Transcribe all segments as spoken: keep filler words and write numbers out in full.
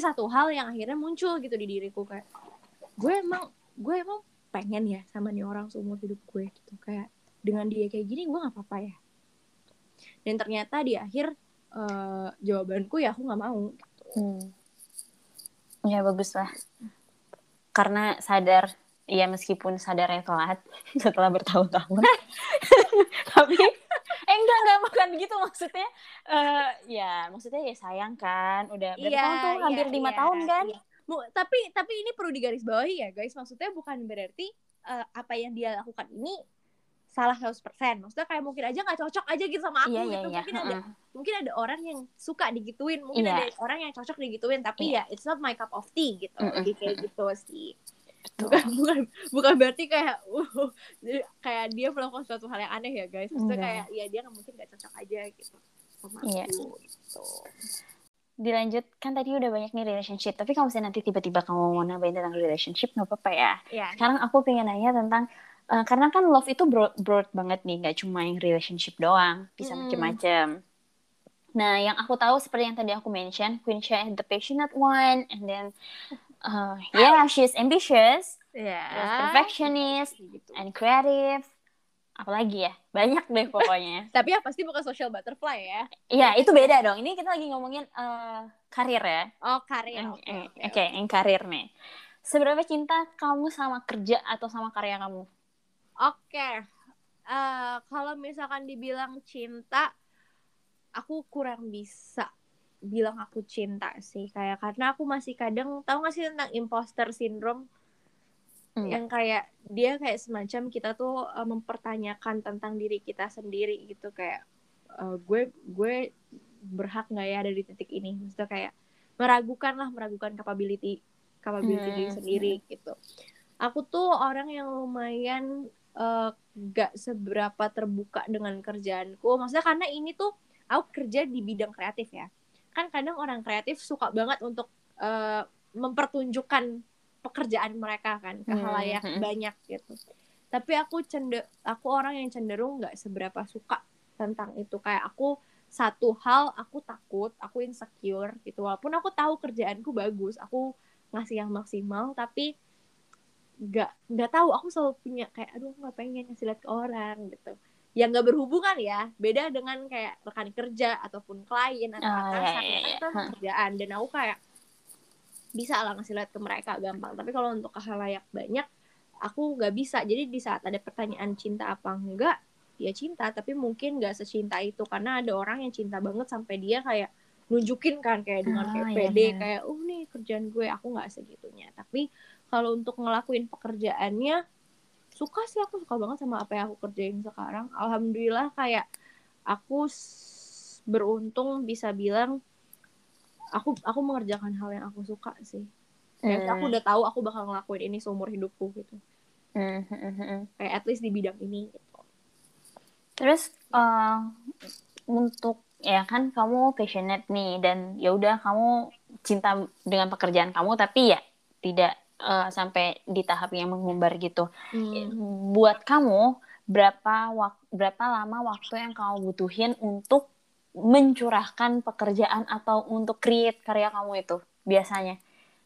satu hal yang akhirnya muncul gitu di diriku kayak gue emang gue emang pengen ya sama nih orang seumur hidup gue gitu, kayak dengan dia kayak gini gue nggak apa-apa ya. Dan ternyata di akhir uh, jawabanku ya aku nggak mau gitu. hmm. Ya bagus lah, karena sadar ya, meskipun sadarnya telat setelah bertahun-tahun tapi eh enggak enggak bukan begitu maksudnya. Uh, ya maksudnya ya sayang kan, udah berarti Iya kamu tuh iya hampir lima iya tahun kan. iya. Tapi tapi ini perlu digarisbawahi ya guys, maksudnya bukan berarti uh, apa yang dia lakukan ini salah seratus persen. Maksudnya kayak mungkin aja gak cocok aja gitu sama aku iya, gitu. Iya, Mungkin iya. ada mungkin ada orang yang suka digituin. Mungkin iya. ada orang yang cocok digituin. Tapi iya. ya it's not my cup of tea gitu. Mm-mm. Lebih kayak gitu sih. Betul. Bukan, bukan, bukan berarti kayak uh, kayak dia melakukan suatu hal yang aneh ya guys. Maksudnya Enggak. kayak ya dia mungkin gak cocok aja gitu sama iya. aku gitu. Dilanjut, kan tadi udah banyak nih relationship, tapi kalau misalnya nanti tiba-tiba kamu mau nambahin tentang relationship gak apa-apa ya. Ya Sekarang aku pengen nanya tentang Uh, karena kan love itu broad, broad banget nih, gak cuma yang relationship doang, bisa mm. macam-macam. Nah, yang aku tahu seperti yang tadi aku mention, Queen Cha is the passionate one, and then uh, yeah, she's ambitious, yeah. perfectionist, gitu. And creative. Apalagi ya, banyak deh pokoknya. Tapi ya pasti bukan social butterfly ya. Iya, itu beda dong. Ini kita lagi ngomongin uh, karir ya. Oh, karir. Oke, okay, okay, okay. Yang karir nih. Seberapa cinta kamu sama kerja atau sama karya kamu? Oke, okay. uh, kalau misalkan dibilang cinta, aku kurang bisa bilang aku cinta sih, kayak karena aku masih kadang tahu nggak sih tentang imposter syndrome, hmm. yang kayak dia kayak semacam kita tuh uh, mempertanyakan tentang diri kita sendiri gitu, kayak uh, gue gue berhak nggak ya ada di titik ini, maksudnya kayak meragukan lah, meragukan capability capability hmm. diri sendiri gitu. Aku tuh orang yang lumayan uh, gak seberapa terbuka dengan kerjaanku. Maksudnya karena ini tuh aku kerja di bidang kreatif ya. Kan kadang orang kreatif suka banget untuk uh, mempertunjukkan pekerjaan mereka kan ke halayak hmm. banyak gitu. Tapi aku cende aku orang yang cenderung gak seberapa suka tentang itu. Kayak aku satu hal aku takut, aku insecure gitu. Walaupun aku tahu kerjaanku bagus, aku ngasih yang maksimal, tapi nggak nggak tahu, aku selalu punya kayak aduh nggak pengen ngasih lihat ke orang gitu, yang nggak berhubungan ya, beda dengan kayak rekan kerja ataupun klien atau oh, atasan, iya, iya, kan iya. itu emang kerjaan, dan aku kayak bisa lah ngasih lihat ke mereka gampang, tapi kalau untuk khalayak banyak aku nggak bisa. Jadi di saat ada pertanyaan cinta apa enggak, ya cinta, tapi mungkin nggak secinta itu, karena ada orang yang cinta banget sampai dia kayak nunjukin kan kayak dengan kayak oh, pede, iya. kayak oh nih kerjaan gue. Aku nggak segitunya. Tapi kalau untuk ngelakuin pekerjaannya, suka sih, aku suka banget sama apa yang aku kerjain sekarang. Alhamdulillah, kayak aku beruntung bisa bilang aku aku mengerjakan hal yang aku suka sih. Kayak mm. aku udah tahu aku bakal ngelakuin ini seumur hidupku gitu. Mm-hmm. Kayak at least di bidang ini gitu. Terus uh, untuk ya kan kamu passionate nih, dan ya udah kamu cinta dengan pekerjaan kamu, tapi ya tidak uh, sampai di tahap yang mengumbar gitu. Hmm. Buat kamu berapa wak- berapa lama waktu yang kamu butuhin untuk mencurahkan pekerjaan atau untuk create karya kamu itu biasanya?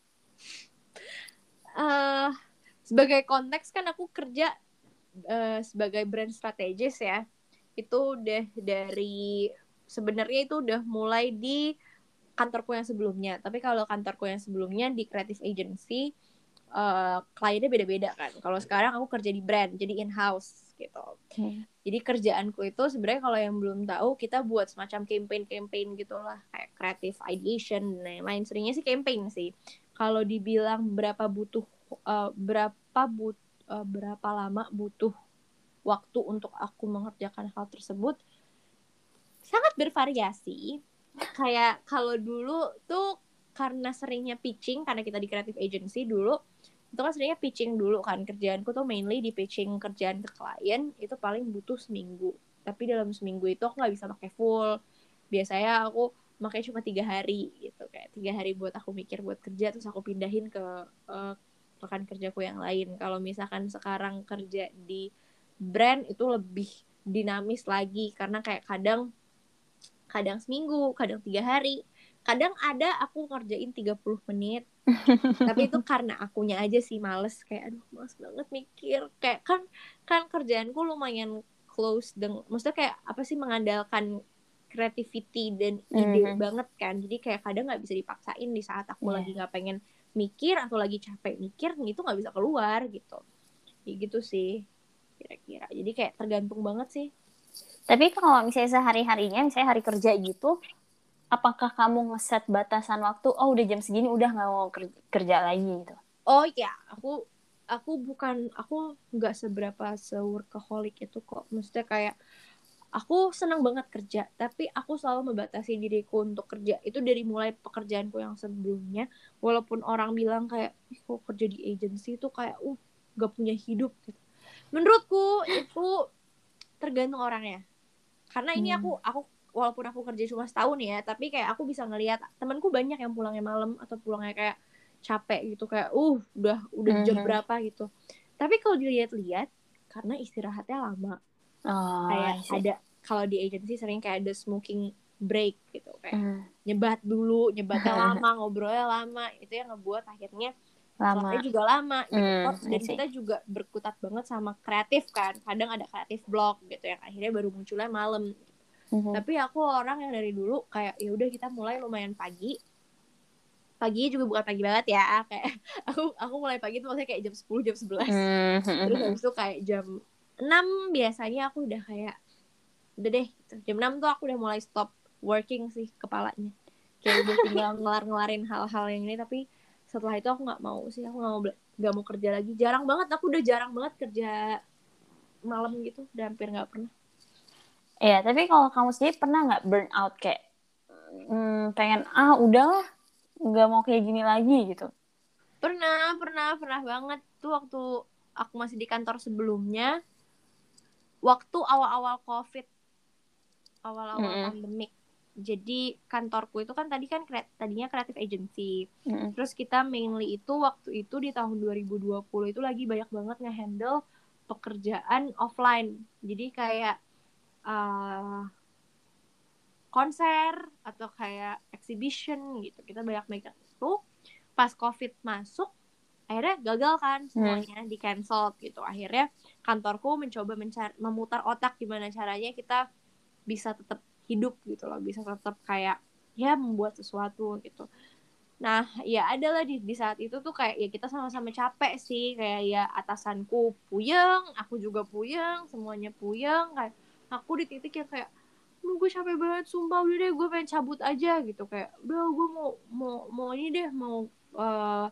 Uh, sebagai konteks kan aku kerja uh, sebagai brand strategist ya. Itu udah dari sebenarnya itu udah mulai di kantorku yang sebelumnya. Tapi kalau kantorku yang sebelumnya di creative agency, uh, kliennya beda-beda kan. Kalau sekarang aku kerja di brand, jadi in-house gitu. Hmm. Jadi kerjaanku itu sebenarnya kalau yang belum tahu, kita buat semacam campaign-campaign gitulah, kayak creative ideation dan lain-lain. Seringnya sih campaign sih. Kalau dibilang berapa butuh uh, berapa but uh, berapa lama butuh waktu untuk aku mengerjakan hal tersebut, sangat bervariasi. Kayak kalau dulu tuh karena seringnya pitching, karena kita di creative agency dulu itu kan seringnya pitching dulu kan, kerjaanku tuh mainly di pitching kerjaan ke klien, itu paling butuh seminggu. Tapi dalam seminggu itu aku nggak bisa pakai full, biasanya aku makanya cuma tiga hari gitu, kayak tiga hari buat aku mikir buat kerja, terus aku pindahin ke uh, rekan kerjaku yang lain. Kalau misalkan sekarang kerja di brand itu lebih dinamis lagi, karena kayak kadang kadang seminggu, kadang tiga hari, kadang ada aku ngerjain tiga puluh menit tapi itu karena akunya aja sih males, kayak aduh males banget mikir, kayak kan kan kerjaanku lumayan close dengan, maksudnya kayak apa sih, mengandalkan creativity dan ide Mhm. banget kan, jadi kayak kadang nggak bisa dipaksain di saat aku Iya. lagi nggak pengen mikir atau lagi capek mikir, itu nggak bisa keluar gitu, kayak gitu sih kira-kira. Jadi kayak tergantung banget sih. Tapi kalau misalnya sehari-harinya, misalnya hari kerja gitu, apakah kamu ngeset batasan waktu, oh udah jam segini udah nggak mau ker- kerja lagi gitu? Oh ya, aku aku bukan aku nggak seberapa se-workaholic itu kok. Maksudnya kayak aku senang banget kerja, tapi aku selalu membatasi diriku untuk kerja. Itu dari mulai pekerjaanku yang sebelumnya, walaupun orang bilang kayak, ih kok kerja di agency itu kayak uh nggak punya hidup gitu. Menurutku itu tergantung orangnya. Karena ini Hmm. aku aku walaupun aku kerja cuma setahun ya, tapi kayak aku bisa ngelihat temanku banyak yang pulangnya malam atau pulangnya kayak capek gitu, kayak uh udah udah jam Mhm. berapa gitu. Tapi kalau dilihat-lihat karena istirahatnya lama, Oh, kayak I see. ada, kalau di agency sering kayak ada smoking break gitu, kayak Hmm. nyebat dulu, nyebatnya lama, ngobrolnya lama, itu yang ngebuat akhirnya selesai Lama. juga lama gitu. Hmm, I Dan see. kita juga berkutat banget sama kreatif kan, kadang ada kreatif block gitu yang akhirnya baru munculnya malam. Mhm. Tapi aku orang yang dari dulu kayak ya udah kita mulai lumayan pagi. Pagi juga bukan pagi banget ya, kayak aku aku mulai pagi tuh maksudnya kayak jam sepuluh jam sebelas. Terus Mhm. habis itu kayak jam enam biasanya aku udah kayak udah deh gitu. Jam enam tuh aku udah mulai stop working sih kepalanya. Kayak udah tinggal ngelar-ngelarin hal-hal yang ini, tapi setelah itu aku nggak mau sih, aku nggak mau nggak mau kerja lagi. Jarang banget, aku udah jarang banget kerja malam gitu, udah hampir nggak pernah. Iya, tapi kalau kamu sendiri pernah nggak burn out kayak hmm, pengen ah udahlah nggak mau kayak gini lagi gitu? Pernah, pernah, pernah banget tuh waktu aku masih di kantor sebelumnya, waktu awal-awal COVID, awal-awal Mhm. pandemik. Jadi kantorku itu kan tadi kan kre- tadinya creative agency. Mhm. Terus kita mainly itu waktu itu di tahun dua ribu dua puluh itu lagi banyak banget nge-handle pekerjaan offline. Jadi kayak uh, konser atau kayak exhibition gitu. Kita banyak megang itu. Pas COVID masuk, akhirnya gagal kan Hmm. semuanya, di cancel gitu. Akhirnya kantorku mencoba mencari, memutar otak gimana caranya kita bisa tetap hidup gitu loh, bisa tetap kayak ya membuat sesuatu gitu. Nah ya adalah di, di saat itu tuh kayak ya kita sama-sama capek sih, kayak ya atasanku puyeng, aku juga puyeng, semuanya puyeng, kayak aku di titik yang kayak lu gue capek banget sumpah, udah deh gue pengen cabut aja gitu, kayak udah gue mau mau mau ini deh, mau uh,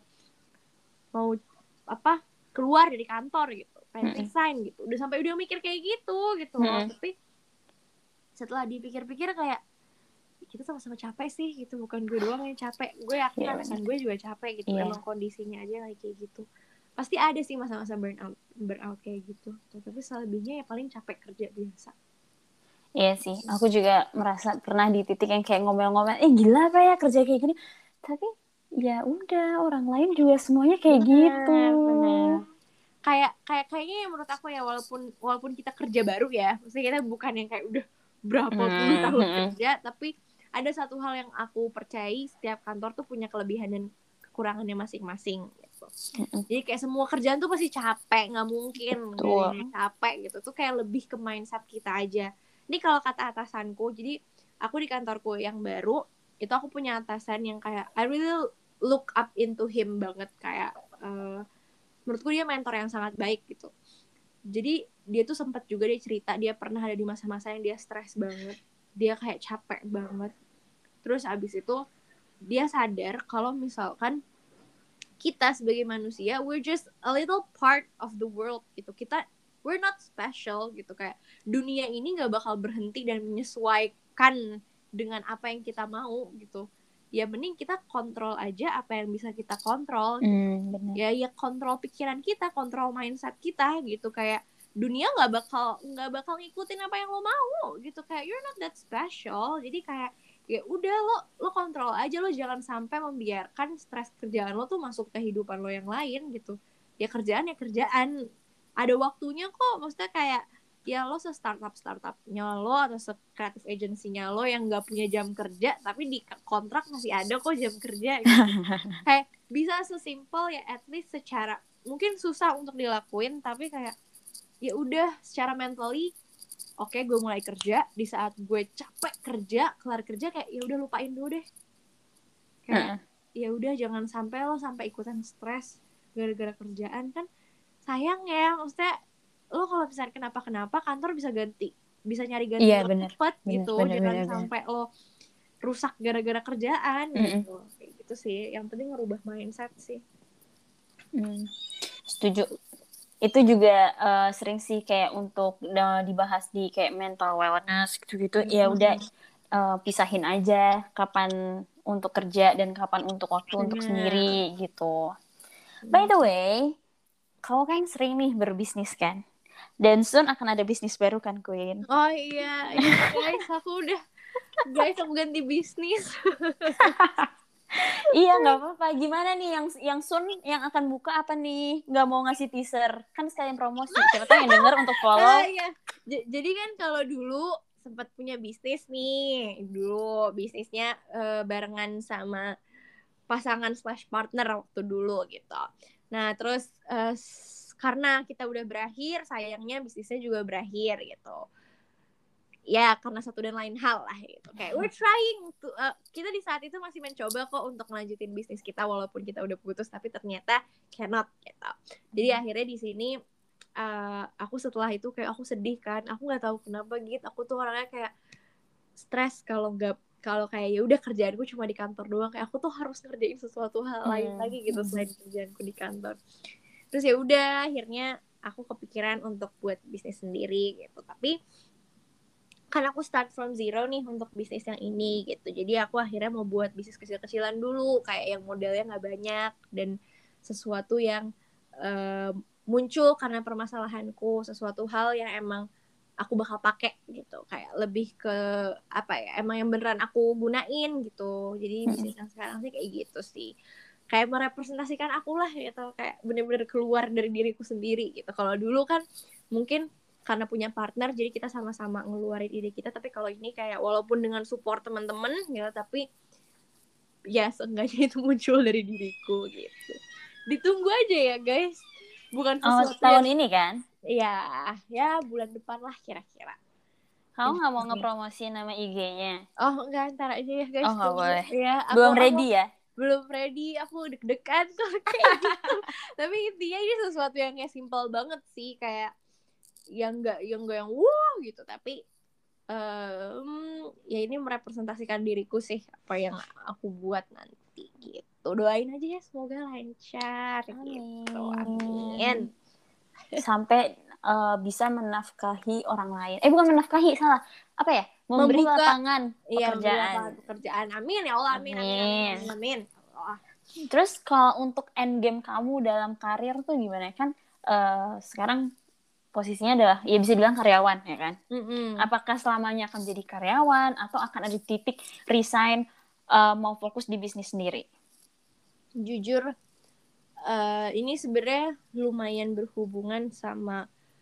mau apa keluar dari kantor gitu, pengen Mhm. resign gitu, udah sampai udah mikir kayak gitu gitu loh. Mhm. Tapi setelah dipikir-pikir kayak kita sama-sama capek sih gitu, bukan gue doang yang capek, gue yakin Iya benar. atasan gue juga capek gitu. Iya. Emang kondisinya aja kayak gitu, pasti ada sih masa-masa burnout burnout kayak gitu. Tapi selebihnya ya paling capek kerja biasa. Iya sih, aku juga merasa pernah di titik yang kayak ngomel-ngomel, eh gila apa ya kerja kayak gini. Tapi ya udah, orang lain juga semuanya kayak gitu. Bener bener, kayak kayak kayaknya ya menurut aku ya, walaupun walaupun kita kerja baru ya, maksudnya kita bukan yang kayak udah berapa puluh tahun Mhm. kerja, tapi ada satu hal yang aku percayai, setiap kantor tuh punya kelebihan dan kekurangannya masing-masing gitu. Mhm. Jadi kayak semua kerjaan tuh pasti capek, nggak mungkin nggak ada Betul. yang capek gitu, tuh kayak lebih ke mindset kita aja. Ini kalau kata atasanku, jadi aku di kantorku yang baru itu aku punya atasan yang kayak I really look up into him banget, kayak uh, menurutku dia mentor yang sangat baik gitu. Jadi dia tuh sempat juga dia cerita dia pernah ada di masa-masa yang dia stres banget, dia kayak capek banget. Terus abis itu dia sadar kalau misalkan kita sebagai manusia we're just a little part of the world gitu, kita we're not special gitu, kayak dunia ini nggak bakal berhenti dan menyesuaikan dengan apa yang kita mau gitu. Ya mending kita kontrol aja apa yang bisa kita kontrol gitu. Hmm, benar. Ya ya kontrol pikiran kita, kontrol mindset kita gitu, kayak dunia nggak bakal nggak bakal ngikutin apa yang lo mau gitu, kayak you're not that special. Jadi kayak ya udah lo lo kontrol aja, lo jangan sampai membiarkan stres kerjaan lo tuh masuk ke kehidupan lo yang lain gitu. Ya kerjaan ya kerjaan, ada waktunya kok, maksudnya kayak ya lo se-startup startupnya lo atau se-creative agency-nya lo yang nggak punya jam kerja tapi di kontrak masih ada kok jam kerja gitu. Kayak bisa sesimpel ya, at least secara mungkin susah untuk dilakuin tapi kayak ya udah secara mentally oke okay, gue mulai kerja, di saat gue capek kerja kelar kerja kayak ya udah lupain dulu deh, kayak uh-uh. ya udah jangan sampai lo sampai ikutan stres gara-gara kerjaan, kan sayang ya, maksudnya lo kalau misalnya kenapa-kenapa kantor bisa ganti, bisa nyari ganti iya, lo cepet gitu, bener, jangan bener, sampai bener. Lo rusak gara-gara kerjaan Mm-mm. gitu, kayak gitu sih, yang penting ngerubah mindset sih. Mm. Setuju. Itu juga uh, sering sih kayak untuk uh, dibahas di kayak mental wellness gitu-gitu, mm-hmm. ya udah uh, pisahin aja kapan untuk kerja dan kapan untuk waktu bener. Untuk sendiri gitu. Mm. By the way, kamu kan sering nih berbisnis kan? Dan soon akan ada bisnis baru kan, Queen? Oh iya, iya guys, aku udah guys aku ganti bisnis. Iya, nggak apa-apa. Gimana nih yang yang soon yang akan buka apa nih? Nggak mau ngasih teaser, kan sekalian promosi. Siapa tahu yang denger untuk follow. Ah, iya. J- jadi kan kalau dulu sempat punya bisnis nih, dulu bisnisnya uh, barengan sama pasangan slash partner waktu dulu gitu. Nah terus uh, karena kita udah berakhir, sayangnya bisnisnya juga berakhir gitu. Ya karena satu dan lain hal lah gitu. Kayak we're trying to, uh, kita di saat itu masih mencoba kok untuk melanjutin bisnis kita walaupun kita udah putus, tapi ternyata cannot gitu. Jadi akhirnya di sini uh, aku setelah itu kayak aku sedih kan, aku nggak tahu kenapa gitu. Aku tuh orangnya kayak stres kalau nggak kalau kayak ya udah kerjaanku cuma di kantor doang, kayak aku tuh harus ngerjain sesuatu hal hmm. lain lagi gitu selain kerjaanku di kantor. Terus ya udah akhirnya aku kepikiran untuk buat bisnis sendiri gitu, tapi kan aku start from zero nih untuk bisnis yang ini gitu, jadi aku akhirnya mau buat bisnis kecil-kecilan dulu kayak yang modalnya nggak banyak dan sesuatu yang uh, muncul karena permasalahanku, sesuatu hal yang emang aku bakal pakai gitu, kayak lebih ke apa ya, emang yang beneran aku gunain gitu. Jadi bisnis yang sekarang sih kayak gitu sih, kayak merepresentasikan aku lah gitu, kayak bener-bener keluar dari diriku sendiri gitu. Kalau dulu kan mungkin karena punya partner jadi kita sama-sama ngeluarin ide kita, tapi kalau ini kayak walaupun dengan support teman-teman gitu, tapi ya seenggaknya itu muncul dari diriku gitu. Ditunggu aja ya guys, bukan sesuatu oh, tahun yang... ini kan? Iya, ya bulan depan lah kira-kira. Kamu nggak mau ngepromosi nama I G-nya? Oh enggak, ntar aja ya guys. Oh nggak boleh. Ya, aku, belum ready aku, ya? Belum ready, aku deg-degan kalau kayak gitu. Tapi intinya ini sesuatu yang kayak simple banget sih, kayak yang nggak yang nggak yang wow gitu, tapi um, ya ini merepresentasikan diriku sih, apa yang aku buat nanti gitu. Doain aja ya semoga lancar. Amin. Gitu. Amin. Sampai uh, bisa menafkahi orang lain. Eh bukan menafkahi, salah. Apa ya? Memberi Membuka, lapangan pekerjaan. Iya, memberi lapangan pekerjaan. Amin ya Allah, amin, amin, amin, amin. amin, amin. Oh. Terus kalau untuk end game kamu dalam karir tuh gimana? Kan uh, sekarang posisinya adalah ya bisa bilang karyawan ya kan? Mm-hmm. Apakah selamanya akan jadi karyawan atau akan ada titik resign, uh, mau fokus di bisnis sendiri? Jujur, uh, ini sebenarnya lumayan berhubungan sama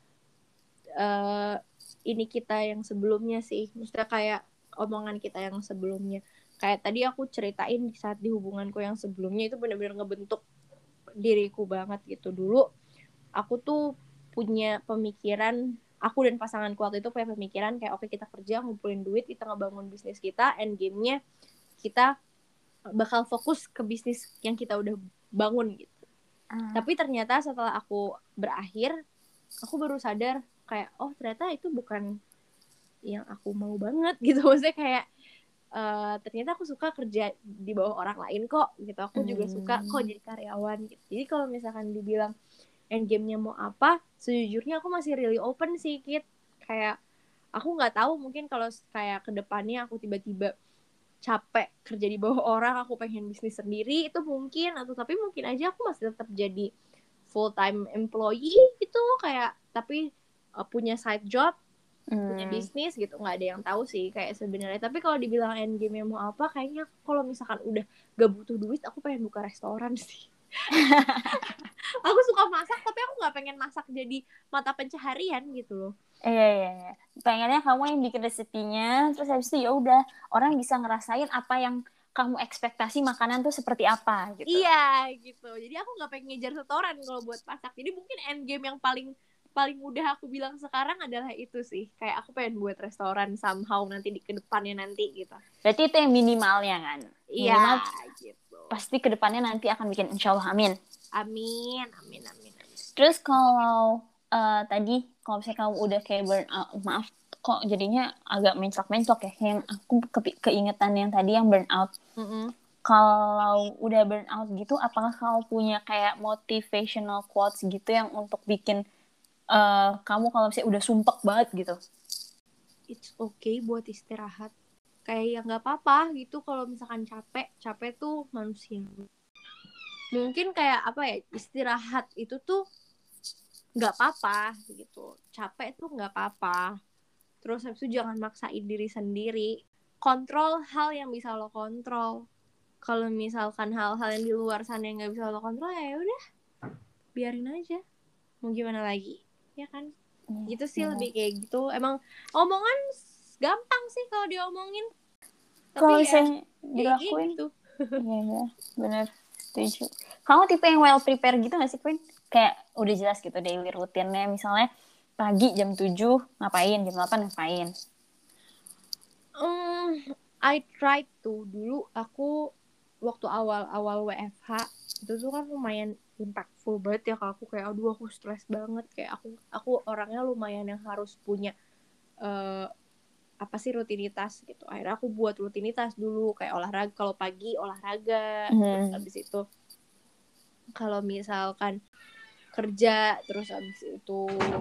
uh, ini kita yang sebelumnya sih. Maksudnya kayak omongan kita yang sebelumnya. Kayak tadi aku ceritain di saat di hubunganku yang sebelumnya itu benar-benar ngebentuk diriku banget gitu. Dulu aku tuh punya pemikiran, aku dan pasanganku waktu itu punya pemikiran kayak oke okay, kita kerja ngumpulin duit, kita ngebangun bisnis kita, end game-nya kita bakal fokus ke bisnis yang kita udah bangun gitu. Uh. Tapi ternyata setelah aku berakhir, aku baru sadar kayak oh ternyata itu bukan yang aku mau banget gitu. Maksudnya kayak uh, ternyata aku suka kerja di bawah orang lain kok gitu. Aku hmm. juga suka kok jadi karyawan gitu. Jadi kalau misalkan dibilang end game-nya mau apa, sejujurnya aku masih really open sih, Kit. Kayak aku nggak tahu, mungkin kalau kayak kedepannya aku tiba-tiba capek kerja di bawah orang, aku pengen bisnis sendiri, itu mungkin, atau tapi mungkin aja aku masih tetap jadi full time employee gitu, kayak tapi uh, punya side job, hmm. punya bisnis gitu, nggak ada yang tahu sih kayak sebenarnya. Tapi kalau dibilang end game-nya mau apa, kayaknya kalau misalkan udah gak butuh duit, aku pengen buka restoran sih. Aku suka masak, tapi aku nggak pengen masak jadi mata pencaharian gitu loh. Iya iya iya. Pengennya kamu yang bikin resepinya, terus habis itu ya udah orang bisa ngerasain apa yang kamu ekspektasi makanan tuh seperti apa gitu. Iya gitu. Jadi aku nggak pengen ngejar setoran kalau buat masak. Jadi mungkin end game yang paling paling mudah aku bilang sekarang adalah itu sih. Kayak aku pengen buat restoran somehow nanti di kedepannya nanti gitu. Berarti itu yang minimalnya kan. Iya Minimal gitu. pasti kedepannya nanti akan bikin insya Allah amin. Amin, amin, amin, amin. Terus kalau uh, tadi kalau misalnya kamu udah kayak burn out, maaf kok jadinya agak mencok-mencok ya. Yang aku ke- keingetan yang tadi yang burn out. Mm-mm. Kalau udah burn out gitu, apakah kamu punya kayak motivational quotes gitu yang untuk bikin uh, kamu kalau misalnya udah sumpek banget gitu? It's okay buat istirahat. Kayak ya nggak apa-apa gitu kalau misalkan capek. Capek tuh manusia. Mungkin kayak apa ya, istirahat itu tuh nggak apa-apa gitu. Capek tuh nggak apa-apa. Terus habis itu jangan maksain diri sendiri. Kontrol hal yang bisa lo kontrol. Kalau misalkan hal-hal yang di luar sana yang nggak bisa lo kontrol, ya udah biarin aja. Mau gimana lagi, ya kan? Gitu sih, lebih kayak gitu. Emang omongan gampang sih kalau diomongin, Kalau tapi ya misalnya kayak dilakuin, gitu. iya ya, bener, setuju. Kamu tipe yang well prepare gitu gak sih, Queen? Kayak udah jelas gitu daily rutinnya, misalnya pagi jam tujuh ngapain, jam delapan ngapain. Um, I tried to dulu aku waktu awal-awal W F H itu tuh kan lumayan impactful banget ya, kalau aku kayak aduh aku stres banget, kayak aku aku orangnya lumayan yang harus punya uh, apa sih rutinitas gitu. Akhirnya aku buat rutinitas dulu kayak olahraga, kalau pagi olahraga, terus Hmm. abis itu kalau misalkan kerja, terus abis itu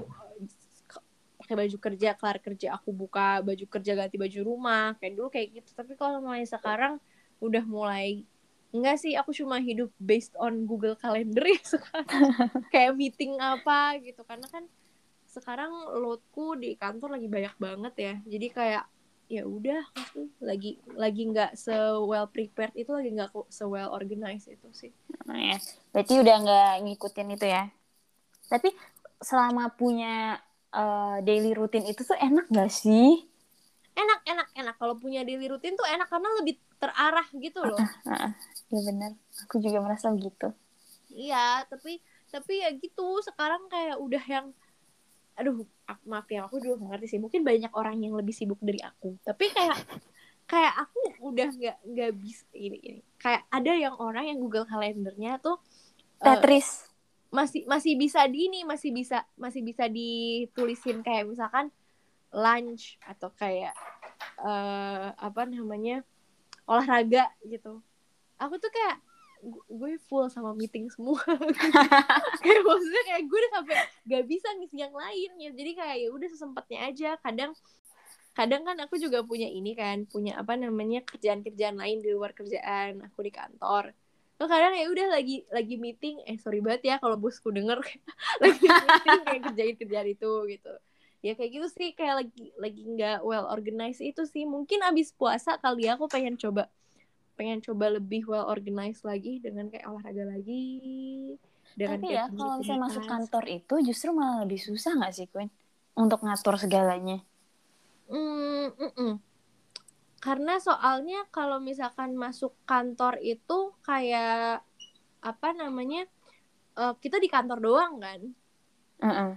pakai baju kerja, kelar kerja aku buka baju kerja, ganti baju rumah kayak dulu kayak gitu. Tapi kalau mulai sekarang udah mulai enggak sih, aku cuma hidup based on Google Calendar ya sekarang. Kayak meeting apa gitu, karena kan sekarang loadku di kantor lagi banyak banget ya, jadi kayak ya udah lagi lagi nggak se well prepared itu, lagi nggak se well organized itu sih. Nah, ya. Berarti udah nggak ngikutin itu ya. Tapi selama punya uh, daily routine itu tuh enak gak sih? Enak, enak, enak. Kalau punya daily routine tuh enak karena lebih terarah gitu loh. Uh, uh, ya benar. Aku juga merasa begitu. Iya, tapi tapi ya gitu. Sekarang kayak udah yang, aduh, maaf ya, aku juga ngerti sih. Mungkin banyak orang yang lebih sibuk dari aku. Tapi kayak kayak aku udah nggak nggak bisa ini ini. Kayak ada yang orang yang Google Kalendernya tuh uh, Tetris. masih masih bisa di ini, masih bisa masih bisa ditulisin kayak misalkan lunch atau kayak uh, apa namanya, olahraga gitu. Aku tuh kayak gue full sama meeting semua. Kayak maksudnya kayak gue udah sampai gak bisa ngisi yang lain ya, jadi kayak ya udah sesempatnya aja. Kadang kadang kan aku juga punya ini kan, punya apa namanya, kerjaan-kerjaan lain di luar kerjaan aku di kantor. Terus kadang ya udah lagi lagi meeting, eh sorry banget ya kalau bosku denger, lagi meeting kayak kerjain kerjaan itu gitu. Ya kayak gitu sih, kayak lagi lagi nggak well organized itu sih. Mungkin abis puasa kali ya aku pengen coba pengen coba lebih well organized lagi dengan kayak olahraga lagi, dengan Tapi kayak ya kalau misalnya masuk rutinitas. kantor itu justru malah lebih susah gak sih, Queen? Untuk ngatur segalanya. Mm, mm, mm. Karena soalnya kalau misalkan masuk kantor itu kayak apa namanya, uh, kita di kantor doang kan. Uh-uh.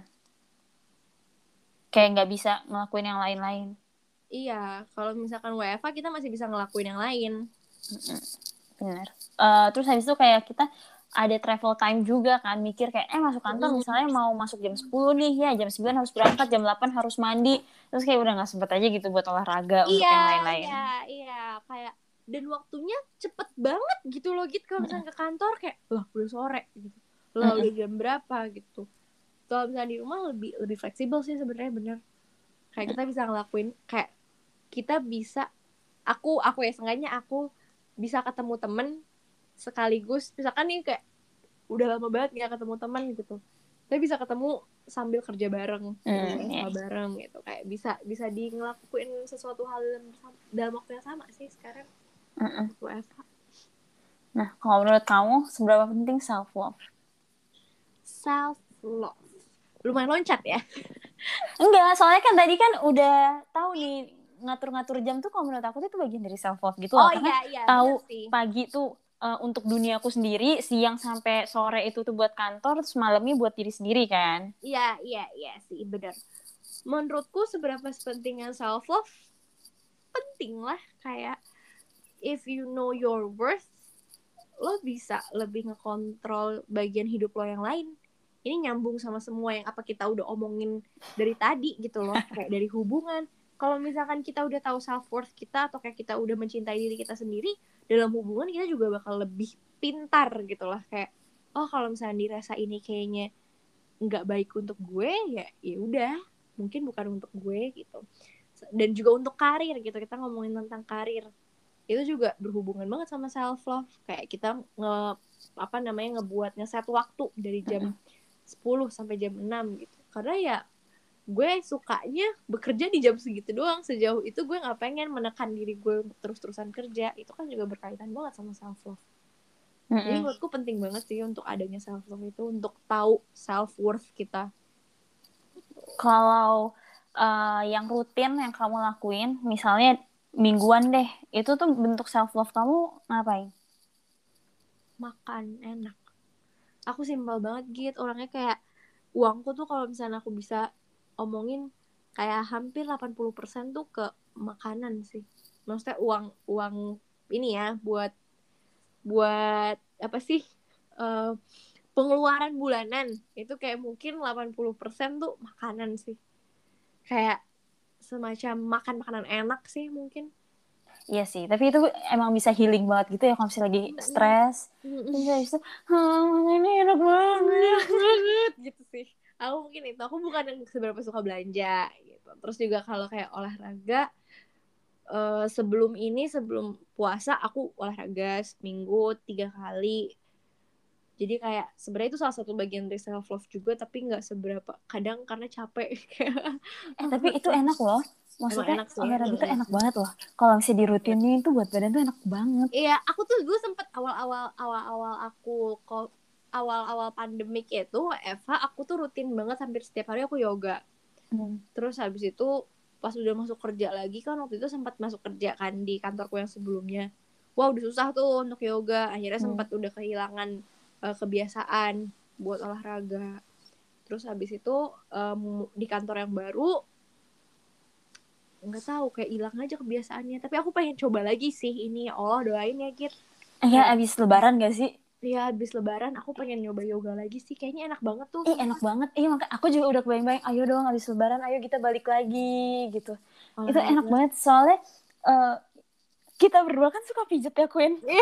Kayak nggak bisa ngelakuin yang lain-lain. Iya, kalau misalkan W F H kita masih bisa ngelakuin yang lain. Uh-uh. Benar. Uh, terus habis itu kayak kita ada travel time juga kan, mikir kayak eh masuk kantor Mm. misalnya mau masuk jam sepuluh nih, ya jam sembilan harus berangkat, jam delapan harus mandi, terus kayak udah nggak sempet aja gitu buat olahraga untuk Iya, yang lain-lain. iya, iya, kayak dan waktunya cepet banget gitu loh gitu. Kalau misalnya ke kantor kayak lah udah sore gitu, lah Uh-uh. udah jam berapa gitu. Kalau misalnya di rumah lebih lebih fleksibel sih sebenarnya, bener. Kayak kita bisa ngelakuin, kayak kita bisa, aku aku ya seenggaknya aku bisa ketemu temen sekaligus. Misalkan nih kayak udah lama banget nggak ketemu teman gitu, tapi bisa ketemu sambil kerja bareng gitu, Mm, W F H yeah. bareng gitu, kayak bisa bisa di ngelakuin sesuatu hal dalam, dalam waktu yang sama sih sekarang. Uh-uh. W F H. Nah, kalau menurut kamu seberapa penting self love? Self love, lumayan loncat ya. Enggak, soalnya kan tadi kan udah tahu nih ngatur-ngatur jam tuh kalau menurut aku tuh itu bagian dari self love gitu loh. Oh Karena iya iya benar tahu sih. pagi tuh uh, untuk dunia aku sendiri, siang sampai sore itu tuh buat kantor, terus malamnya buat diri sendiri kan. Iya iya iya sih benar. Menurutku seberapa pentingnya self love, penting lah. Kayak if you know your worth, lo bisa lebih ngekontrol bagian hidup lo yang lain. Ini nyambung sama semua yang apa kita udah omongin dari tadi gitu loh, kayak dari hubungan. Kalau misalkan kita udah tahu self worth kita, atau kayak kita udah mencintai diri kita sendiri, dalam hubungan kita juga bakal lebih pintar gitu lah. Kayak oh kalau misalnya dirasa ini kayaknya nggak baik untuk gue, ya ya udah mungkin bukan untuk gue gitu. Dan juga untuk karir gitu, kita ngomongin tentang karir, itu juga berhubungan banget sama self love. Kayak kita nge apa namanya ngebuat ngeset waktu dari jam sepuluh sampai jam enam gitu, karena ya gue sukanya bekerja di jam segitu doang. Sejauh itu gue nggak pengen menekan diri gue untuk terus-terusan kerja. Itu kan juga berkaitan banget sama self love. Mm-mm. Jadi menurutku penting banget sih untuk adanya self love itu, untuk tahu self worth kita. Kalau uh, yang rutin yang kamu lakuin, misalnya mingguan deh, itu tuh bentuk self love kamu ngapain? Makan enak. Aku simpel banget gitu orangnya. Kayak uangku tuh kalau misalnya aku bisa omongin, kayak hampir delapan puluh persen tuh ke makanan sih. Maksudnya uang uang ini ya buat buat apa sih, uh, pengeluaran bulanan itu kayak mungkin delapan puluh persen tuh makanan sih. Kayak semacam makan makanan enak sih mungkin. Iya sih, tapi itu emang bisa healing banget gitu ya kalau misalnya lagi stres. Terus habis itu, hmm, ini enak banget. banget gitu sih. Aku mungkin itu, aku bukan yang seberapa suka belanja gitu. Terus juga kalau kayak olahraga, uh, sebelum ini sebelum puasa aku olahraga seminggu tiga kali. Jadi kayak sebenarnya itu salah satu bagian dari self love juga, tapi nggak seberapa, kadang karena capek. Eh tapi itu enak loh. Emang Maksudnya enak sih, olahraga emang itu enak enak sih. banget loh. Kalau misalnya dirutinin tuh buat badan tuh enak banget. Iya, aku tuh dulu sempet awal-awal awal-awal aku kok awal-awal pandemik itu, Eva, aku tuh rutin banget hampir setiap hari aku yoga. Hmm. Terus habis itu pas udah masuk kerja lagi kan, waktu itu sempat masuk kerja kan di kantorku yang sebelumnya. Wah, udah susah tuh untuk yoga. Akhirnya sempat Hmm. udah kehilangan uh, kebiasaan buat olahraga. Terus habis itu um, di kantor yang baru nggak tahu kayak hilang aja kebiasaannya. Tapi aku pengen coba lagi sih ini, ya Allah doain ya Kit. Iya, Kayak abis lebaran gak sih? ya habis lebaran aku pengen nyoba yoga lagi sih. Kayaknya enak banget tuh, Ih, sumpah. enak banget. Iya, makanya aku juga udah kebayang-bayang, ayo dong abis lebaran, ayo kita balik lagi gitu. Itu enak Olahraga. banget soalnya uh, kita berdua kan suka pijet ya, Queen. Iya.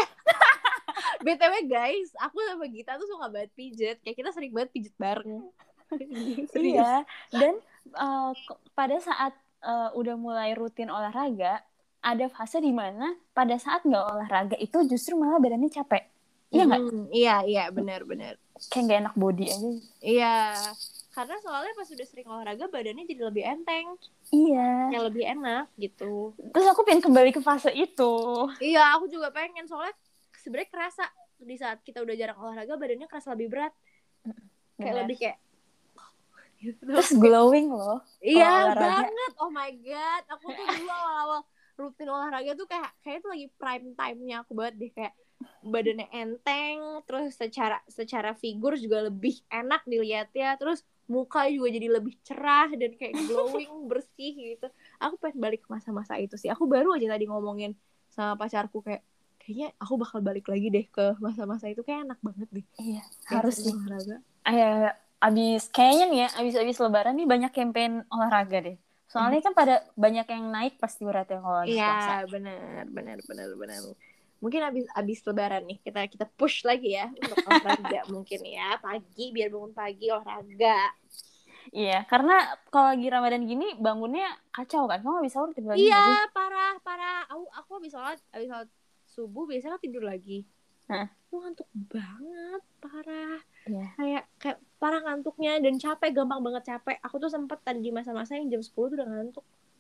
B T W guys, aku sama Gita tuh suka banget pijet. Kayak kita sering banget pijet bareng. Serius. Iya, dan uh, pada saat uh, udah mulai rutin olahraga, ada fase di mana pada saat nggak olahraga itu justru malah badannya capek. Iya nggak? Mm-hmm. Iya, iya, benar-benar. Kayak nggak enak body aja. Iya, karena soalnya pas udah sering olahraga badannya jadi lebih enteng. Iya. Yang lebih enak gitu. Terus aku pengen kembali ke fase itu. Iya, aku juga pengen. Soalnya sebenarnya kerasa di saat kita udah jarang olahraga, badannya kerasa lebih berat. Kayak Bener. lebih kayak gitu. Terus glowing loh. Iya banget. Oh my god, aku tuh dulu awal-awal rutin olahraga tuh kayak kayak itu lagi prime time-nya aku banget deh. Kayak badannya enteng, terus secara secara figur juga lebih enak dilihat ya, terus muka juga jadi lebih cerah dan kayak glowing, bersih gitu. Aku pengen balik ke masa-masa itu sih. Aku baru aja tadi ngomongin sama pacarku kayak kayaknya aku bakal balik lagi deh ke masa-masa itu, kayak enak banget deh. Iya, kayak harus sih. olahraga. Ayo, abis kayaknya nih ya, abis-abis lebaran nih banyak campaign olahraga deh. Soalnya kan pada banyak yang naik pasti beratnya kalau lagi puasa. Iya, benar, benar, benar, benar. Mungkin abis abis lebaran nih kita kita push lagi ya untuk olahraga mungkin ya, pagi biar bangun pagi olahraga. Iya, karena kalau lagi Ramadan gini bangunnya kacau kan, kamu bisa sahur tidur lagi. Iya, parah, parah. Aku aku abis sholat abis sholat subuh biasanya tidur lagi. Hah? Aku ngantuk banget, parah. Iya. Kayak kayak parah ngantuknya dan capek, gampang banget capek. Aku tuh sempet tadi di masa-masa yang jam sepuluh tuh udah ngantuk.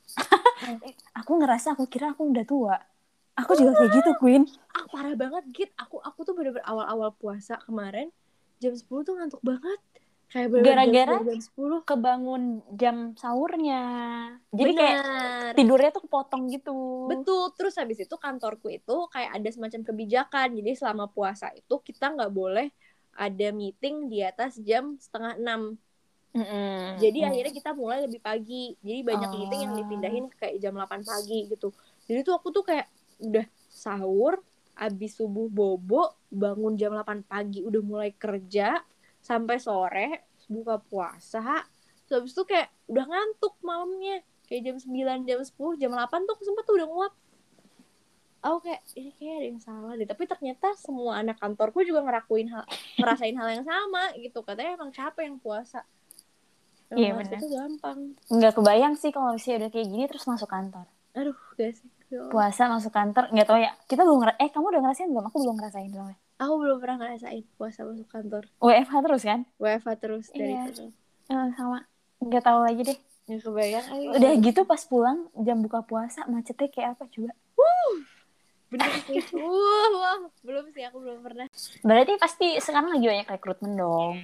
Aku ngerasa aku kira aku udah tua. Aku juga kayak gitu, Queen. Ah, parah banget, Git. Aku aku tuh bener-bener awal-awal puasa kemarin jam sepuluh tuh ngantuk banget. Kayak bener-bener gara-gara jam sepuluh kebangun jam sahurnya. Jadi Bener. kayak tidurnya tuh kepotong gitu. Betul. Terus habis itu kantorku itu kayak ada semacam kebijakan. Jadi selama puasa itu kita nggak boleh ada meeting di atas jam setengah enam. Mm-mm. Jadi Mm. akhirnya kita mulai lebih pagi. Jadi banyak Oh. meeting yang dipindahin kayak jam delapan pagi gitu. Jadi tuh aku tuh kayak udah sahur, abis subuh bobo, bangun jam delapan pagi udah mulai kerja sampai sore, buka puasa. Terus abis itu kayak udah ngantuk malamnya. Kayak jam sembilan, jam sepuluh, jam delapan tuh aku sempet tuh udah nguap. Aku kayak, ini kayak ada yang salah deh. Tapi ternyata semua anak kantorku juga ngerakuin hal, ngerasain hal yang sama gitu. Katanya emang capek yang puasa. Iya Yang benar. itu gampang. Nggak kebayang sih kalau misalnya udah kayak gini terus masuk kantor. Aduh, gak sih. Puasa masuk kantor, nggak tahu ya. Kita belum ngerasain. Eh, kamu udah ngerasain belum? Aku belum ngerasain belum. Aku belum pernah ngerasain puasa masuk kantor. W F H terus kan? W F H terus dari Iya. itu. Eh, sama. Nggak tahu lagi deh. Yang kebayang. Ayo, Udah ayo. gitu pas pulang jam buka puasa macetnya kayak apa coba? Wuh, bener sih. Wah, wah, belum sih, aku belum pernah. Berarti pasti sekarang lagi banyak rekrutmen dong.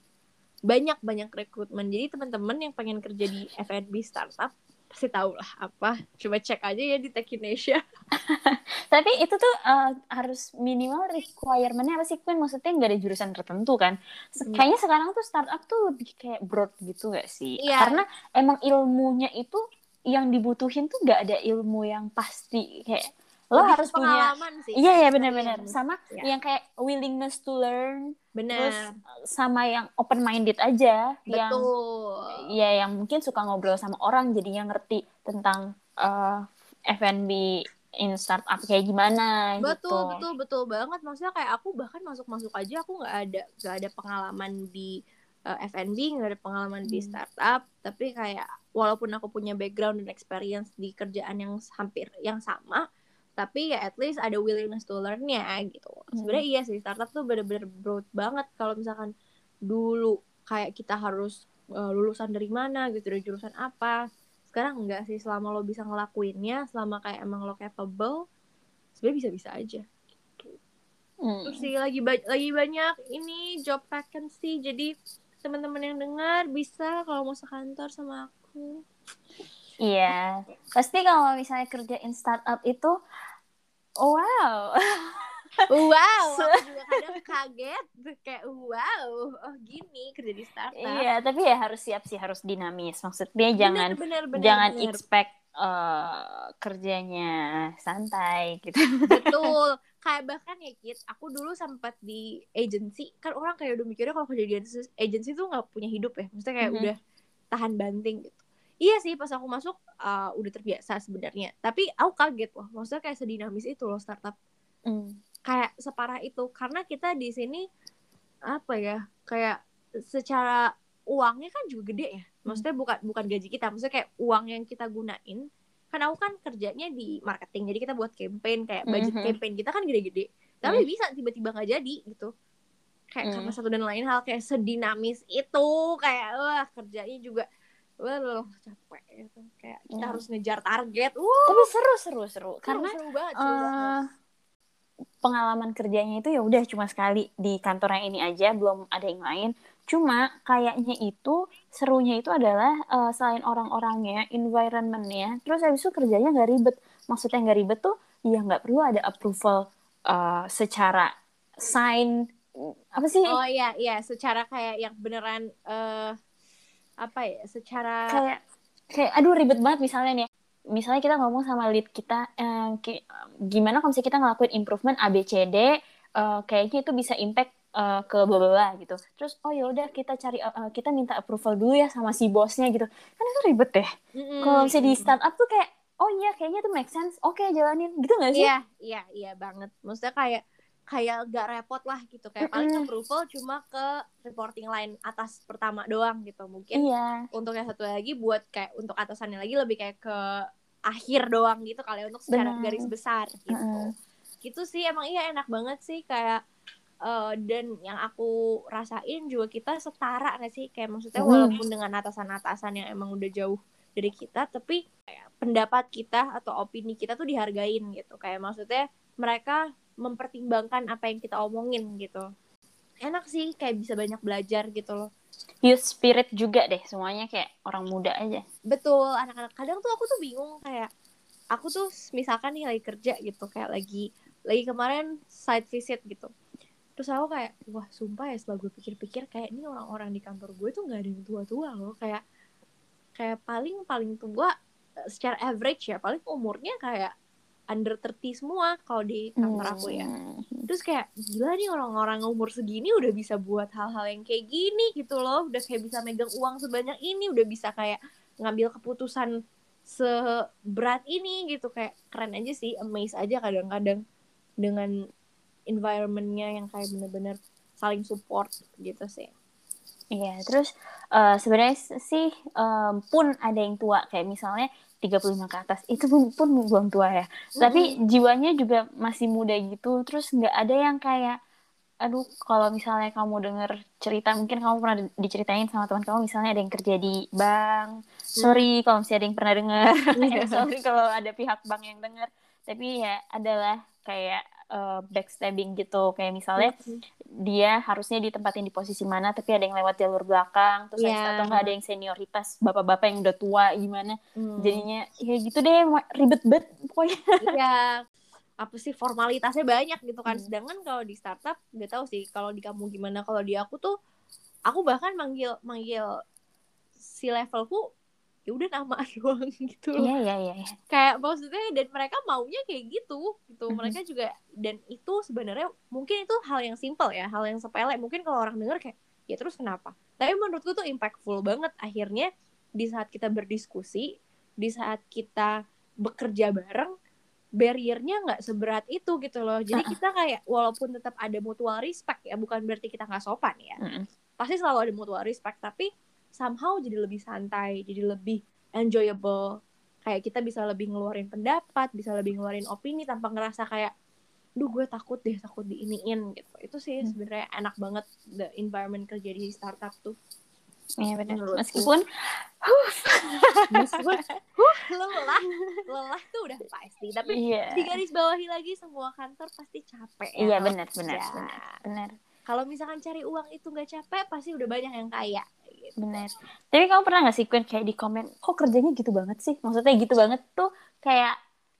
Banyak banyak rekrutmen. Jadi teman-teman yang pengen kerja di F and B startup pasti tahu lah apa. Coba cek aja ya di Tech Indonesia. Tapi itu tuh uh, harus minimal requirement-nya apa sih, Queen? Maksudnya nggak ada jurusan tertentu kan? Se- Hmm. Kayaknya sekarang tuh startup tuh lebih kayak broad gitu gak sih? Iya. Karena emang ilmunya itu yang dibutuhin tuh nggak ada ilmu yang pasti. Kayak lo Lebih harus ke punya. pengalaman sih. Iya ya Experience. benar-benar. Sama Ya. yang kayak willingness to learn. Terus Benar. sama yang open minded aja. Yang Betul. ya yang mungkin suka ngobrol sama orang jadinya ngerti tentang uh, F and B in startup kayak gimana Betul, gitu. betul, betul banget. Maksudnya kayak aku bahkan masuk-masuk aja aku nggak ada nggak ada pengalaman di uh, F and B, nggak ada pengalaman hmm. di startup. Tapi kayak walaupun aku punya background dan experience di kerjaan yang hampir yang sama, tapi ya at least ada willingness to learn-nya gitu. Sebenarnya hmm. iya sih, startup tuh bener-bener broad banget. Kalau misalkan dulu kayak kita harus uh, lulusan dari mana gitu, dari jurusan apa. Sekarang enggak sih, selama lo bisa ngelakuinnya, selama kayak emang lo capable, sebenarnya bisa-bisa aja gitu. Hmm. Terus sih lagi ba- lagi banyak ini job vacancy, jadi teman-teman yang dengar bisa kalau mau sekantor sama aku. Iya, pasti kalau misalnya kerjain startup itu, oh wow. Wow, aku juga kadang kaget kayak wow, oh gini kerja di startup. Iya, tapi ya harus siap sih, harus dinamis. Maksudnya bener, jangan bener, bener, jangan bener. expect uh, kerjanya santai gitu. Betul. Kayak bahkan ya Kit, aku dulu sempat di agency, kan orang kayak udah mikirnya kalau kerja di agency tuh nggak punya hidup ya, maksudnya kayak mm-hmm. udah tahan banting gitu. Iya sih, pas aku masuk uh, udah terbiasa sebenarnya, tapi aku kaget loh, maksudnya kayak sedinamis itu loh startup. Mm. Kayak separah itu, karena kita di sini apa ya, kayak secara uangnya kan juga gede ya, maksudnya bukan bukan gaji kita, maksudnya kayak uang yang kita gunain. Kan aku kan kerjanya di marketing, jadi kita buat campaign, kayak budget mm-hmm. campaign kita kan gede-gede, tapi mm. bisa tiba-tiba nggak jadi gitu, kayak mm. karena satu dan lain hal, kayak sedinamis itu, kayak wah kerjanya juga wah loh capek gitu, kayak kita mm. harus ngejar target. Wuh. Tapi seru seru seru karena seru banget, seru uh... banget. Pengalaman kerjanya itu ya udah cuma sekali di kantor yang ini aja, belum ada yang lain. Cuma kayaknya itu serunya itu adalah uh, selain orang-orangnya, environment-nya, terus habis itu kerjanya nggak ribet. Maksudnya nggak ribet tuh ya nggak perlu ada approval uh, secara sign apa sih? Oh iya iya, secara kayak yang beneran uh, apa ya? Secara kayak kayak aduh ribet banget misalnya nih. Misalnya kita ngomong sama lead kita, eh, k- gimana kalau misalnya kita ngelakuin improvement A B C D, uh, kayaknya itu bisa impact uh, ke bla bla bla gitu. Terus oh ya udah kita cari, uh, kita minta approval dulu ya sama si bosnya gitu. Kan itu ribet deh. Mm-hmm. Kalau misalnya di startup tuh kayak, oh iya kayaknya tuh make sense, oke okay, jalanin gitu nggak sih? Iya iya iya banget. Maksudnya kayak kayak gak repot lah gitu, kayak paling mm-hmm. approval cuma ke reporting line atas pertama doang gitu, mungkin iya. Untuk yang satu lagi buat kayak untuk atasannya lagi lebih kayak ke akhir doang gitu kali, untuk secara Bener. garis besar gitu mm-hmm. gitu sih, emang iya enak banget sih kayak uh, dan yang aku rasain juga kita setara gak sih, kayak maksudnya mm-hmm. walaupun dengan atasan-atasan yang emang udah jauh dari kita, tapi kayak pendapat kita atau opini kita tuh dihargain gitu, kayak maksudnya mereka mempertimbangkan apa yang kita omongin gitu. Enak sih, kayak bisa banyak belajar gitu loh. youth spirit juga deh, semuanya kayak orang muda aja. Betul, anak-anak. Kadang tuh aku tuh bingung kayak aku tuh misalkan nih lagi kerja gitu, kayak lagi lagi kemarin site visit gitu. Terus aku kayak, wah sumpah ya setelah gue pikir-pikir kayak ini orang-orang di kantor gue tuh nggak ada yang tua-tua loh, kayak kayak paling paling tua secara average ya paling umurnya kayak under tiga puluh semua kalau di kantor aku ya. Terus kayak gila nih orang-orang umur segini udah bisa buat hal-hal yang kayak gini gitu loh, udah kayak bisa megang uang sebanyak ini, udah bisa kayak ngambil keputusan seberat ini gitu, kayak keren aja sih, amazed aja kadang-kadang dengan environment-nya yang kayak bener-bener saling support gitu sih. Iya, terus uh, sebenarnya sih um, pun ada yang tua kayak misalnya tiga puluh lima ke atas, itu pun, pun belum tua ya. Mm-hmm. Tapi jiwanya juga masih muda gitu, terus nggak ada yang kayak, aduh kalau misalnya kamu denger cerita, mungkin kamu pernah diceritain sama teman kamu, misalnya ada yang kerja di bank, sorry hmm. kalau misalnya ada yang pernah denger, yeah. sorry kalau ada pihak bank yang denger, tapi ya adalah kayak uh, backstabbing gitu, kayak misalnya mm-hmm. dia harusnya ditempatin di posisi mana, tapi ada yang lewat jalur belakang, terus yeah. atau nggak ada yang senioritas, bapak-bapak yang udah tua gimana, mm. jadinya ya gitu deh, ribet banget pokoknya. Iya. Yeah. Apa sih formalitasnya banyak gitu kan. Hmm. Sedangkan kalau di startup nggak tahu sih kalau di kamu gimana. Kalau di aku tuh aku bahkan manggil manggil si levelku ya udah nama doang gitu loh. Iya iya iya. Kayak maksudnya dan mereka maunya kayak gitu gitu. Mm-hmm. Mereka juga, dan itu sebenarnya mungkin itu hal yang simple ya, hal yang sepele. Mungkin kalau orang denger kayak ya terus kenapa? Tapi menurutku tuh impactful banget akhirnya di saat kita berdiskusi, di saat kita bekerja bareng, barrier-nya nggak seberat itu gitu loh. Jadi uh-uh. kita kayak walaupun tetap ada mutual respect ya, bukan berarti kita nggak sopan ya. Uh-uh. Pasti selalu ada mutual respect, tapi somehow jadi lebih santai, jadi lebih enjoyable. Kayak kita bisa lebih ngeluarin pendapat, bisa lebih ngeluarin opini tanpa ngerasa kayak, duh gue takut deh, takut diiniin gitu. Itu sih hmm. sebenarnya enak banget the environment kerja di startup tuh. Iya benar. Meskipun meskipun huh, lelah, lelah tuh udah pasti. Tapi yeah. di garis bawahi lagi semua kantor pasti capek ya. Iya benar, benar, benar, benar. Kalau misalkan cari uang itu nggak capek, pasti udah banyak yang kaya. Gitu. Benar. Tapi kamu pernah nggak sih Queen kayak di komen, kok kerjanya gitu banget sih? Maksudnya gitu banget tuh kayak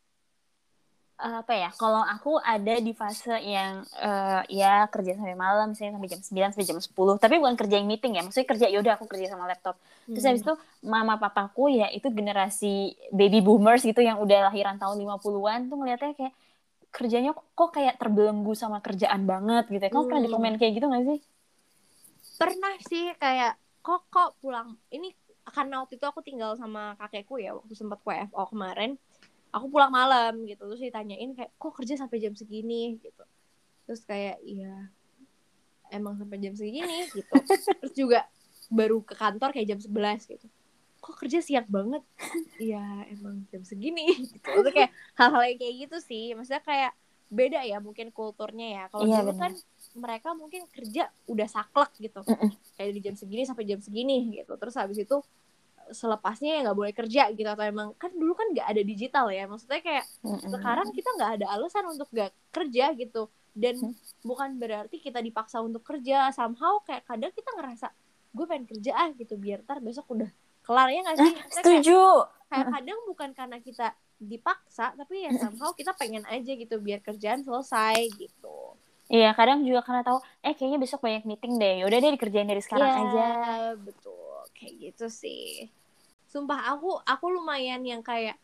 apa ya, kalau aku ada di fase yang uh, ya kerja sampai malam, misalnya sampai jam sembilan sampai jam sepuluh, tapi bukan kerja yang meeting ya, maksudnya kerja yaudah aku kerja sama laptop. Terus hmm. habis itu mama papaku ya itu generasi baby boomers gitu yang udah lahiran tahun lima puluhan tuh ngeliatnya kayak kerjanya kok kayak terbelenggu sama kerjaan banget gitu ya. Kamu hmm. pernah di komen kayak gitu gak sih? Pernah sih, kayak kok kok pulang ini, karena waktu itu aku tinggal sama kakekku ya waktu sempat W F O kemarin. Aku pulang malam gitu, terus ditanyain kayak, kok kerja sampai jam segini gitu. Terus kayak, iya emang sampai jam segini gitu. Terus juga baru ke kantor kayak jam sebelas gitu. Kok kerja siang banget? Iya emang jam segini gitu. Terus kayak hal-hal yang kayak gitu sih. Maksudnya kayak beda ya mungkin kulturnya ya. Kalau iya, dulu bener. Kan mereka mungkin kerja udah saklek gitu. Mm-mm. Kayak di jam segini sampai jam segini gitu. Terus habis itu selepasnya ya nggak boleh kerja gitu, atau emang kan dulu kan nggak ada digital ya, maksudnya kayak mm-hmm. sekarang kita nggak ada alasan untuk nggak kerja gitu, dan mm-hmm. bukan berarti kita dipaksa untuk kerja. Somehow kayak kadang kita ngerasa gue pengen kerja ah gitu biar ntar besok udah kelar, ya nggak sih? Maksudnya setuju. Kayak, kayak kadang bukan karena kita dipaksa, tapi ya somehow kita pengen aja gitu biar kerjaan selesai gitu. Iya, kadang juga karena tahu eh kayaknya besok banyak meeting deh, yaudah deh dikerjain dari sekarang ya, aja. Betul, kayak gitu sih. Sumpah aku aku lumayan yang kayak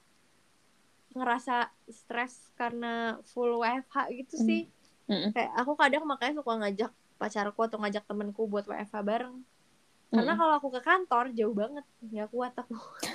ngerasa stres karena full W F H gitu sih. Mm. Kayak aku kadang makanya suka ngajak pacarku atau ngajak temenku buat W F H bareng. Karena mm. kalau aku ke kantor jauh banget, nggak kuat aku.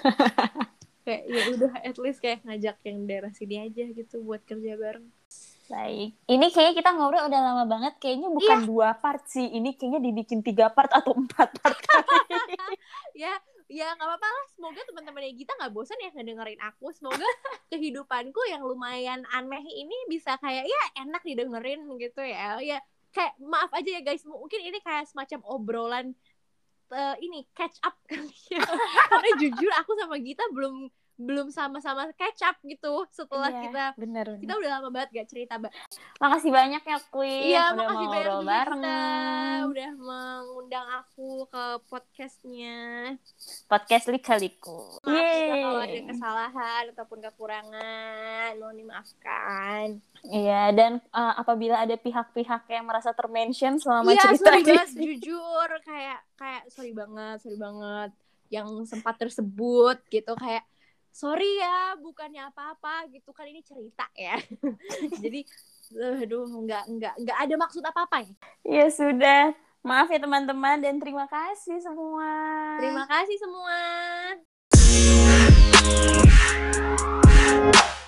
Kayak ya udah at least kayak ngajak yang daerah sini aja gitu buat kerja bareng. Baik. Ini kayaknya kita ngobrol udah lama banget. Kayaknya bukan yeah. dua part sih. Ini kayaknya dibikin tiga part atau empat part kali. ya, ya nggak apa-apa lah. Semoga teman-temannya Gita nggak bosan ya ngedengerin aku. Semoga kehidupanku yang lumayan aneh ini bisa kayak ya enak didengerin gitu ya. Ya kayak maaf aja ya guys. Mungkin ini kayak semacam obrolan uh, ini catch up kali ya. Karena jujur aku sama Gita belum belum sama-sama catch up gitu setelah iya, kita bener, kita udah lama banget gak cerita Mbak. Makasih banyak ya Queen, Iya, udah makasih mau banyak ngobrol juga bareng. Gita udah mengundang aku ke podcastnya. Podcast Lika-Liku. Maaf juga kalau ada kesalahan ataupun kekurangan, mohon dimaafkan. Iya, dan uh, apabila ada pihak-pihak yang merasa termention selama Iya, cerita sorry ini. banget, jujur kayak kayak sorry banget, sorry banget yang sempat tersebut gitu, kayak sorry ya, bukannya apa-apa gitu kan, ini cerita ya. Jadi aduh, nggak nggak nggak ada maksud apa-apa ya. Ya sudah, maaf ya teman-teman dan terima kasih semua. Terima kasih semua.